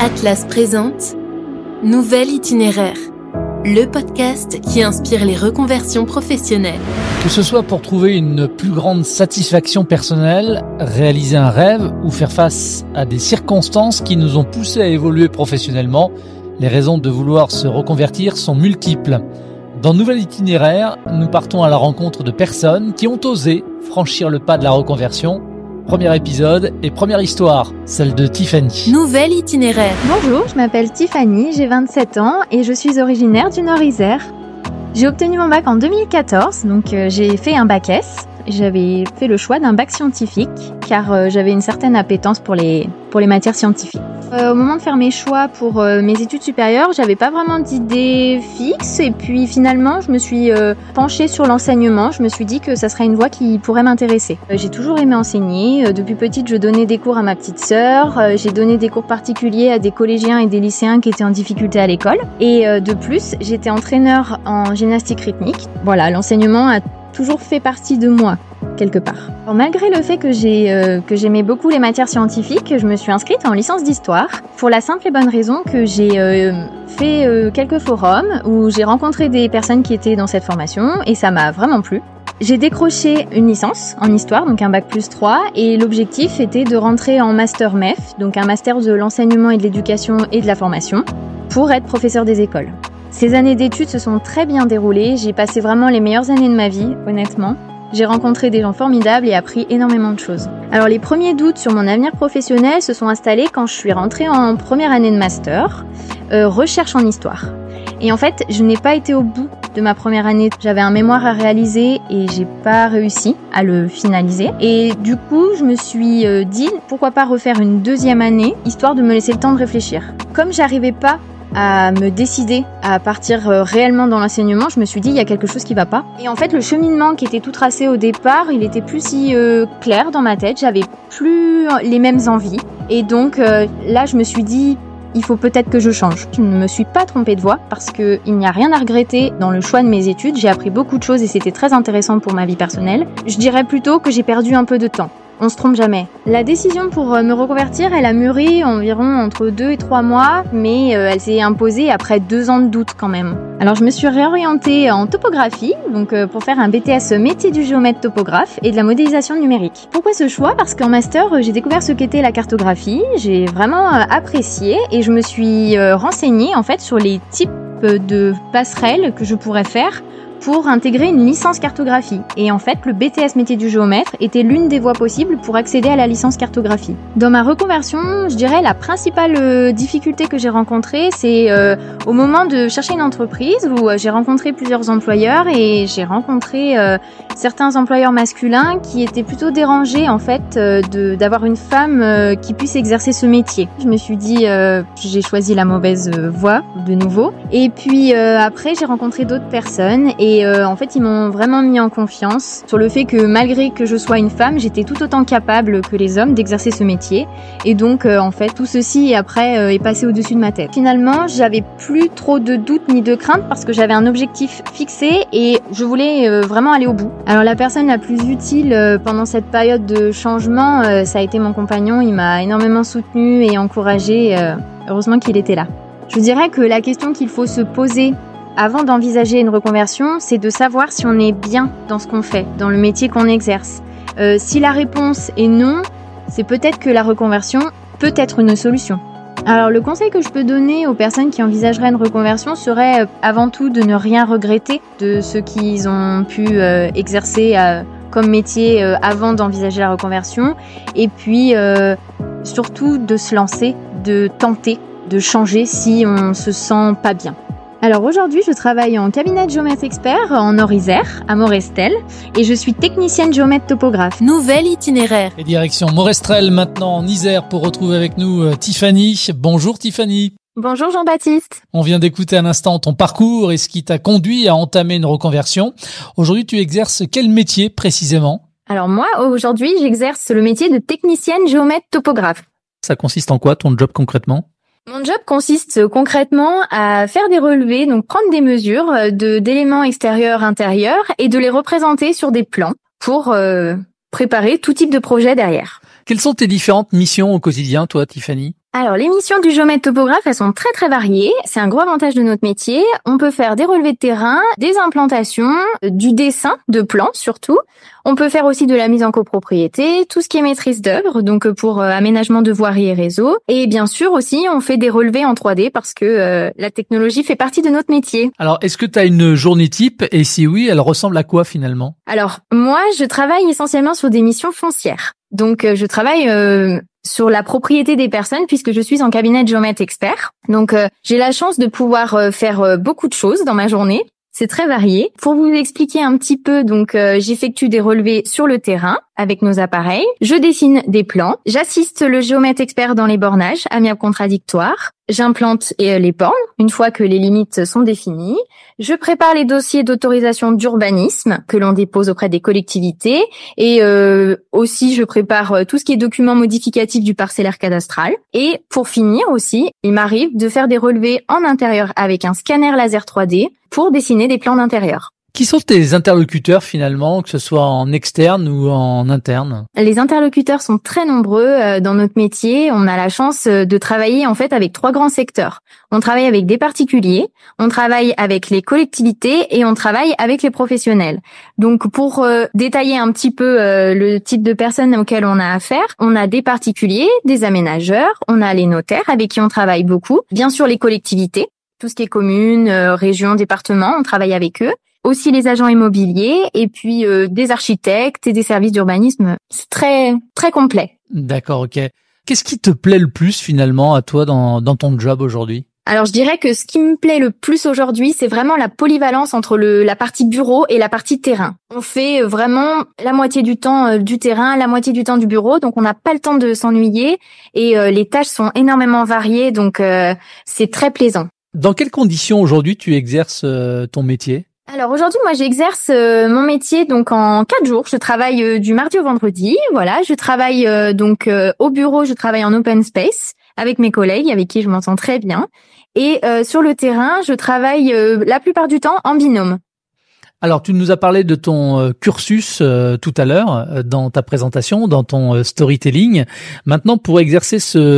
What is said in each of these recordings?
Atlas présente Nouvel itinéraire, le podcast qui inspire les reconversions professionnelles. Que ce soit pour trouver une plus grande satisfaction personnelle, réaliser un rêve ou faire face à des circonstances qui nous ont poussés à évoluer professionnellement, les raisons de vouloir se reconvertir sont multiples. Dans Nouvel itinéraire, nous partons à la rencontre de personnes qui ont osé franchir le pas de la reconversion. Premier épisode et première histoire, celle de Tiffany. Nouvel itinéraire. Bonjour, je m'appelle Tiffany, j'ai 27 ans et je suis originaire du Nord-Isère. J'ai obtenu mon bac en 2014, donc j'ai fait un bac S. J'avais fait le choix d'un bac scientifique car j'avais une certaine appétence pour les matières scientifiques. Au moment de faire mes choix pour mes études supérieures, j'avais pas vraiment d'idée fixe et puis finalement je me suis penchée sur l'enseignement. Je me suis dit que ça serait une voie qui pourrait m'intéresser. J'ai toujours aimé enseigner. Depuis petite, je donnais des cours à ma petite sœur. J'ai donné des cours particuliers à des collégiens et des lycéens qui étaient en difficulté à l'école. Et de plus, j'étais entraîneur en gymnastique rythmique. Voilà, l'enseignement a toujours fait partie de moi, quelque part. Alors, malgré le fait que j'aimais beaucoup les matières scientifiques, je me suis inscrite en licence d'histoire pour la simple et bonne raison que j'ai fait quelques forums où j'ai rencontré des personnes qui étaient dans cette formation et ça m'a vraiment plu. J'ai décroché une licence en histoire, donc un bac plus 3, et l'objectif était de rentrer en master MEF, donc un master de l'enseignement et de l'éducation et de la formation, pour être professeur des écoles. Ces années d'études se sont très bien déroulées, j'ai passé vraiment les meilleures années de ma vie, honnêtement. J'ai rencontré des gens formidables et appris énormément de choses. Alors les premiers doutes sur mon avenir professionnel se sont installés quand je suis rentrée en première année de master, recherche en histoire. Et en fait, je n'ai pas été au bout de ma première année. J'avais un mémoire à réaliser et j'ai pas réussi à le finaliser. Et du coup, je me suis dit, pourquoi pas refaire une deuxième année, histoire de me laisser le temps de réfléchir. Comme j'arrivais pas à me décider à partir réellement dans l'enseignement, je me suis dit il y a quelque chose qui va pas. Et en fait le cheminement qui était tout tracé au départ, il était plus si clair dans ma tête, j'avais plus les mêmes envies. Et donc là je me suis dit il faut peut-être que je change. Je ne me suis pas trompée de voie parce que il n'y a rien à regretter dans le choix de mes études. J'ai appris beaucoup de choses et c'était très intéressant pour ma vie personnelle. Je dirais plutôt que j'ai perdu un peu de temps. On se trompe jamais. La décision pour me reconvertir, elle a mûri environ entre 2 et 3 mois, mais elle s'est imposée après 2 ans de doute quand même. Alors je me suis réorientée en topographie, donc pour faire un BTS métier du géomètre topographe et de la modélisation numérique. Pourquoi ce choix ? Parce qu'en master, j'ai découvert ce qu'était la cartographie, j'ai vraiment apprécié et je me suis renseignée en fait sur les types de passerelles que je pourrais faire pour intégrer une licence cartographie. Et en fait, le BTS métier du géomètre était l'une des voies possibles pour accéder à la licence cartographie. Dans ma reconversion, je dirais la principale difficulté que j'ai rencontrée, c'est au moment de chercher une entreprise où j'ai rencontré plusieurs employeurs et j'ai rencontré certains employeurs masculins qui étaient plutôt dérangés en fait d'avoir une femme qui puisse exercer ce métier. Je me suis dit j'ai choisi la mauvaise voie de nouveau. Et puis après, j'ai rencontré d'autres personnes et en fait, ils m'ont vraiment mis en confiance sur le fait que malgré que je sois une femme, j'étais tout autant capable que les hommes d'exercer ce métier. Et donc, en fait, tout ceci après est passé au-dessus de ma tête. Finalement, j'avais plus trop de doutes ni de craintes parce que j'avais un objectif fixé et je voulais vraiment aller au bout. Alors, la personne la plus utile pendant cette période de changement, ça a été mon compagnon. Il m'a énormément soutenue et encouragée. Heureusement qu'il était là. Je dirais que la question qu'il faut se poser avant d'envisager une reconversion, c'est de savoir si on est bien dans ce qu'on fait, dans le métier qu'on exerce. Si la réponse est non, c'est peut-être que la reconversion peut être une solution. Alors le conseil que je peux donner aux personnes qui envisageraient une reconversion serait avant tout de ne rien regretter de ce qu'ils ont pu exercer comme métier avant d'envisager la reconversion. Et puis surtout de se lancer, de tenter, de changer si on se sent pas bien. Alors aujourd'hui, je travaille en cabinet de géomètre expert en Nord-Isère, à Morestel, et je suis technicienne géomètre topographe. Nouvel itinéraire. Et direction Morestel maintenant en Isère pour retrouver avec nous Tiffany. Bonjour Tiffany. Bonjour Jean-Baptiste. On vient d'écouter à l'instant ton parcours et ce qui t'a conduit à entamer une reconversion. Aujourd'hui, tu exerces quel métier précisément ? Alors moi, aujourd'hui, j'exerce le métier de technicienne géomètre topographe. Ça consiste en quoi ton job concrètement ? Mon job consiste concrètement à faire des relevés, donc prendre des mesures d'éléments extérieurs, intérieurs et de les représenter sur des plans pour préparer tout type de projet derrière. Quelles sont tes différentes missions au quotidien, toi, Tiffany ? Alors, les missions du géomètre topographe, elles sont très très variées. C'est un gros avantage de notre métier. On peut faire des relevés de terrain, des implantations, du dessin de plans surtout. On peut faire aussi de la mise en copropriété, tout ce qui est maîtrise d'œuvre, donc pour aménagement de voirie et réseau. Et bien sûr aussi, on fait des relevés en 3D parce que la technologie fait partie de notre métier. Alors, est-ce que tu as une journée type et si oui, elle ressemble à quoi finalement? Alors, moi, je travaille essentiellement sur des missions foncières. Donc, je travaille sur la propriété des personnes puisque je suis en cabinet de géomètre expert. Donc, j'ai la chance de pouvoir faire beaucoup de choses dans ma journée. C'est très varié. Pour vous expliquer un petit peu, donc j'effectue des relevés sur le terrain avec nos appareils. Je dessine des plans. J'assiste le géomètre expert dans les bornages, amiables contradictoires. J'implante les bornes une fois que les limites sont définies. Je prépare les dossiers d'autorisation d'urbanisme que l'on dépose auprès des collectivités et aussi je prépare tout ce qui est documents modificatifs du parcellaire cadastral. Et pour finir aussi, il m'arrive de faire des relevés en intérieur avec un scanner laser 3D pour dessiner des plans d'intérieur. Qui sont tes interlocuteurs finalement, que ce soit en externe ou en interne? Les interlocuteurs sont très nombreux dans notre métier. On a la chance de travailler en fait avec 3 grands secteurs. On travaille avec des particuliers, on travaille avec les collectivités et on travaille avec les professionnels. Donc pour détailler un petit peu le type de personnes auxquelles on a affaire, on a des particuliers, des aménageurs, on a les notaires avec qui on travaille beaucoup, bien sûr les collectivités, tout ce qui est communes, régions, départements, on travaille avec eux. Aussi les agents immobiliers et puis des architectes et des services d'urbanisme. C'est très très complet. D'accord, ok. Qu'est-ce qui te plaît le plus finalement à toi dans ton job aujourd'hui? Alors je dirais que ce qui me plaît le plus aujourd'hui, c'est vraiment la polyvalence entre la partie bureau et la partie terrain. On fait vraiment la moitié du temps du terrain, la moitié du temps du bureau, donc on n'a pas le temps de s'ennuyer et les tâches sont énormément variées, donc c'est très plaisant. Dans quelles conditions aujourd'hui tu exerces ton métier? Alors aujourd'hui, moi j'exerce mon métier donc en 4 jours. Je travaille du mardi au vendredi. Voilà, je travaille donc au bureau, je travaille en open space avec mes collègues avec qui je m'entends très bien. Et sur le terrain, je travaille la plupart du temps en binôme. Alors, tu nous as parlé de ton cursus tout à l'heure dans ta présentation, dans ton storytelling. Maintenant, pour exercer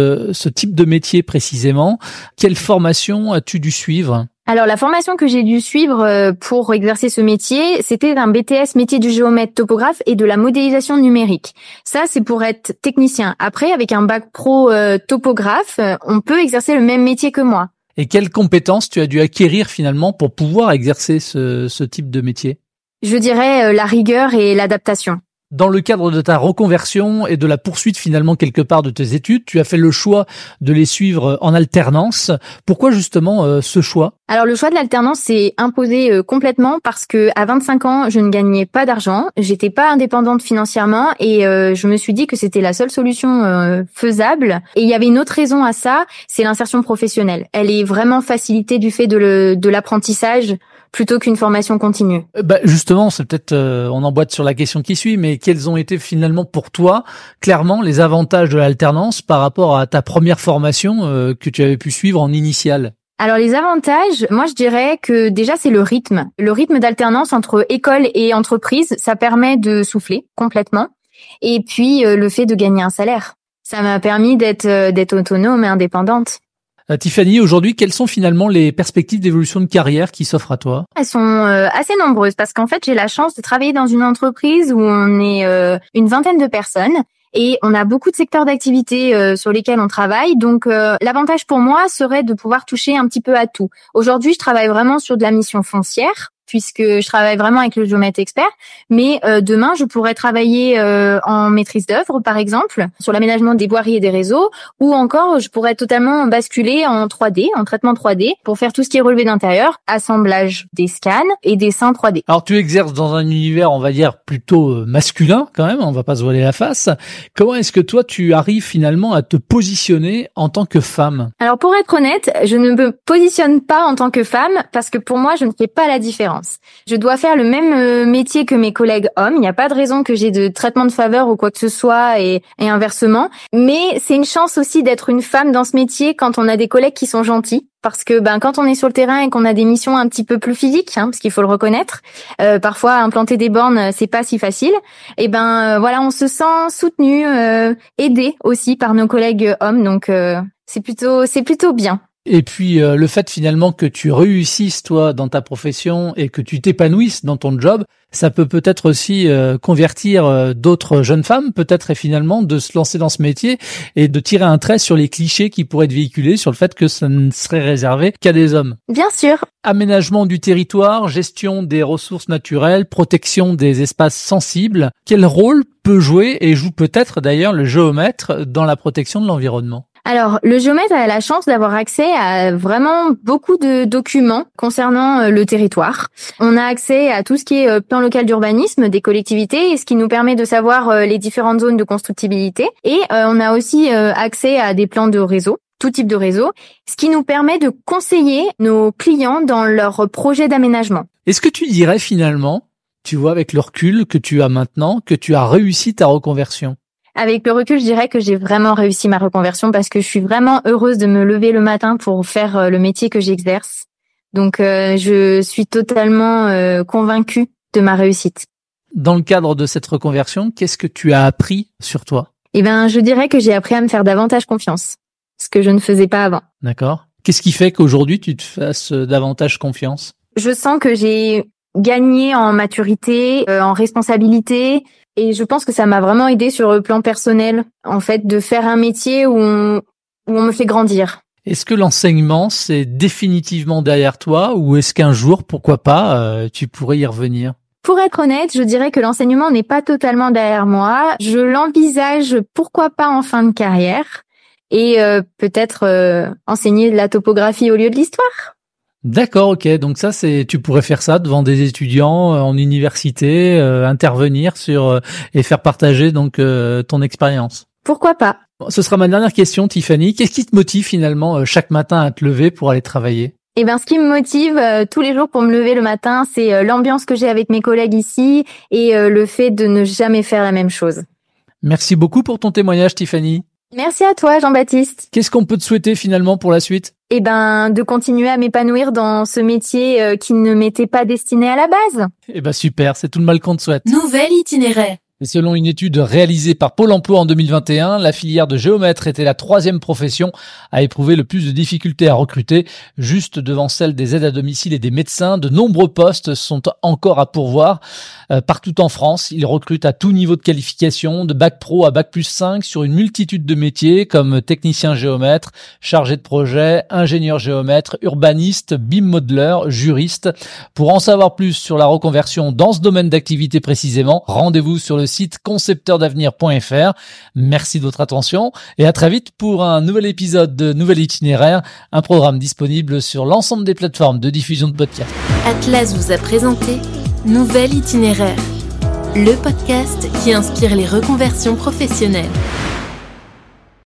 ce type de métier précisément, quelle formation as-tu dû suivre ? Alors la formation que j'ai dû suivre pour exercer ce métier, c'était un BTS métier du géomètre topographe et de la modélisation numérique. Ça, c'est pour être technicien. Après, avec un bac pro topographe, on peut exercer le même métier que moi. Et quelles compétences tu as dû acquérir finalement pour pouvoir exercer ce type de métier ? Je dirais la rigueur et l'adaptation. Dans le cadre de ta reconversion et de la poursuite finalement quelque part de tes études, tu as fait le choix de les suivre en alternance. Pourquoi justement ce choix ? Alors le choix de l'alternance s'est imposé complètement parce que à 25 ans, je ne gagnais pas d'argent, j'étais pas indépendante financièrement et je me suis dit que c'était la seule solution faisable. Et il y avait une autre raison à ça, c'est l'insertion professionnelle. Elle est vraiment facilitée du fait de l'apprentissage plutôt qu'une formation continue. Justement, c'est peut-être on emboîte sur la question qui suit, mais quels ont été finalement pour toi clairement les avantages de l'alternance par rapport à ta première formation que tu avais pu suivre en initiale ? Alors les avantages, moi je dirais que déjà c'est le rythme. Le rythme d'alternance entre école et entreprise, ça permet de souffler complètement. Et puis le fait de gagner un salaire. Ça m'a permis d'être autonome et indépendante. Tiffany, aujourd'hui, quelles sont finalement les perspectives d'évolution de carrière qui s'offrent à toi ? Elles sont assez nombreuses parce qu'en fait, j'ai la chance de travailler dans une entreprise où on est une vingtaine de personnes et on a beaucoup de secteurs d'activité sur lesquels on travaille. Donc, l'avantage pour moi serait de pouvoir toucher un petit peu à tout. Aujourd'hui, je travaille vraiment sur de la mission foncière puisque je travaille vraiment avec le géomètre expert. Mais demain, je pourrais travailler en maîtrise d'œuvre, par exemple, sur l'aménagement des voiries et des réseaux, ou encore, je pourrais totalement basculer en 3D, en traitement 3D, pour faire tout ce qui est relevé d'intérieur, assemblage des scans et dessin 3D. Alors, tu exerces dans un univers, on va dire, plutôt masculin, quand même, on va pas se voiler la face. Comment est-ce que toi, tu arrives finalement à te positionner en tant que femme ? Alors, pour être honnête, je ne me positionne pas en tant que femme, parce que pour moi, je ne fais pas la différence. Je dois faire le même métier que mes collègues hommes. Il n'y a pas de raison que j'ai de traitement de faveur ou quoi que ce soit et inversement. Mais c'est une chance aussi d'être une femme dans ce métier quand on a des collègues qui sont gentils. Parce que quand on est sur le terrain et qu'on a des missions un petit peu plus physiques, parce qu'il faut le reconnaître, parfois implanter des bornes c'est pas si facile. Et voilà, on se sent soutenu, aidé aussi par nos collègues hommes. Donc c'est plutôt bien. Et puis le fait finalement que tu réussisses toi dans ta profession et que tu t'épanouisses dans ton job, ça peut-être aussi convertir d'autres jeunes femmes peut-être et finalement de se lancer dans ce métier et de tirer un trait sur les clichés qui pourraient être véhiculés sur le fait que ça ne serait réservé qu'à des hommes. Bien sûr. Aménagement du territoire, gestion des ressources naturelles, protection des espaces sensibles. Quel rôle peut jouer et joue peut-être d'ailleurs le géomètre dans la protection de l'environnement ? Alors, le géomètre a la chance d'avoir accès à vraiment beaucoup de documents concernant le territoire. On a accès à tout ce qui est plan local d'urbanisme des collectivités, et ce qui nous permet de savoir les différentes zones de constructibilité. Et on a aussi accès à des plans de réseau, tout type de réseau, ce qui nous permet de conseiller nos clients dans leurs projets d'aménagement. Est-ce que tu dirais finalement, tu vois, avec le recul que tu as maintenant, que tu as réussi ta reconversion ? Avec le recul, je dirais que j'ai vraiment réussi ma reconversion parce que je suis vraiment heureuse de me lever le matin pour faire le métier que j'exerce. Donc, je suis totalement convaincue de ma réussite. Dans le cadre de cette reconversion, qu'est-ce que tu as appris sur toi ? Je dirais que j'ai appris à me faire davantage confiance, ce que je ne faisais pas avant. D'accord. Qu'est-ce qui fait qu'aujourd'hui, tu te fasses davantage confiance ? Je sens que j'ai gagné en maturité, en responsabilité. Et je pense que ça m'a vraiment aidé sur le plan personnel, en fait, de faire un métier où on me fait grandir. Est-ce que l'enseignement, c'est définitivement derrière toi ou est-ce qu'un jour, pourquoi pas, tu pourrais y revenir ? Pour être honnête, je dirais que l'enseignement n'est pas totalement derrière moi. Je l'envisage, pourquoi pas en fin de carrière et peut-être enseigner de la topographie au lieu de l'histoire. D'accord, ok. Donc ça, tu pourrais faire ça devant des étudiants en université, intervenir sur et faire partager donc ton expérience. Pourquoi pas ? Ce sera ma dernière question, Tiffany. Qu'est-ce qui te motive finalement chaque matin à te lever pour aller travailler ? Ce qui me motive tous les jours pour me lever le matin, c'est l'ambiance que j'ai avec mes collègues ici et le fait de ne jamais faire la même chose. Merci beaucoup pour ton témoignage, Tiffany. Merci à toi, Jean-Baptiste. Qu'est-ce qu'on peut te souhaiter finalement pour la suite ? De continuer à m'épanouir dans ce métier qui ne m'était pas destiné à la base. Super, c'est tout le mal qu'on te souhaite. Nouvel itinéraire. Et selon une étude réalisée par Pôle emploi en 2021, la filière de géomètre était la 3e profession à éprouver le plus de difficultés à recruter, juste devant celle des aides à domicile et des médecins. De nombreux postes sont encore à pourvoir partout en France. Ils recrutent à tout niveau de qualification, de bac pro à bac plus 5 sur une multitude de métiers comme technicien géomètre, chargé de projet, ingénieur géomètre, urbaniste, BIM modeler, juriste. Pour en savoir plus sur la reconversion dans ce domaine d'activité précisément, rendez-vous sur le site concepteurdavenir.fr. Merci de votre attention et à très vite pour un nouvel épisode de Nouvel Itinéraire, un programme disponible sur l'ensemble des plateformes de diffusion de podcasts. Atlas vous a présenté Nouvel Itinéraire, le podcast qui inspire les reconversions professionnelles.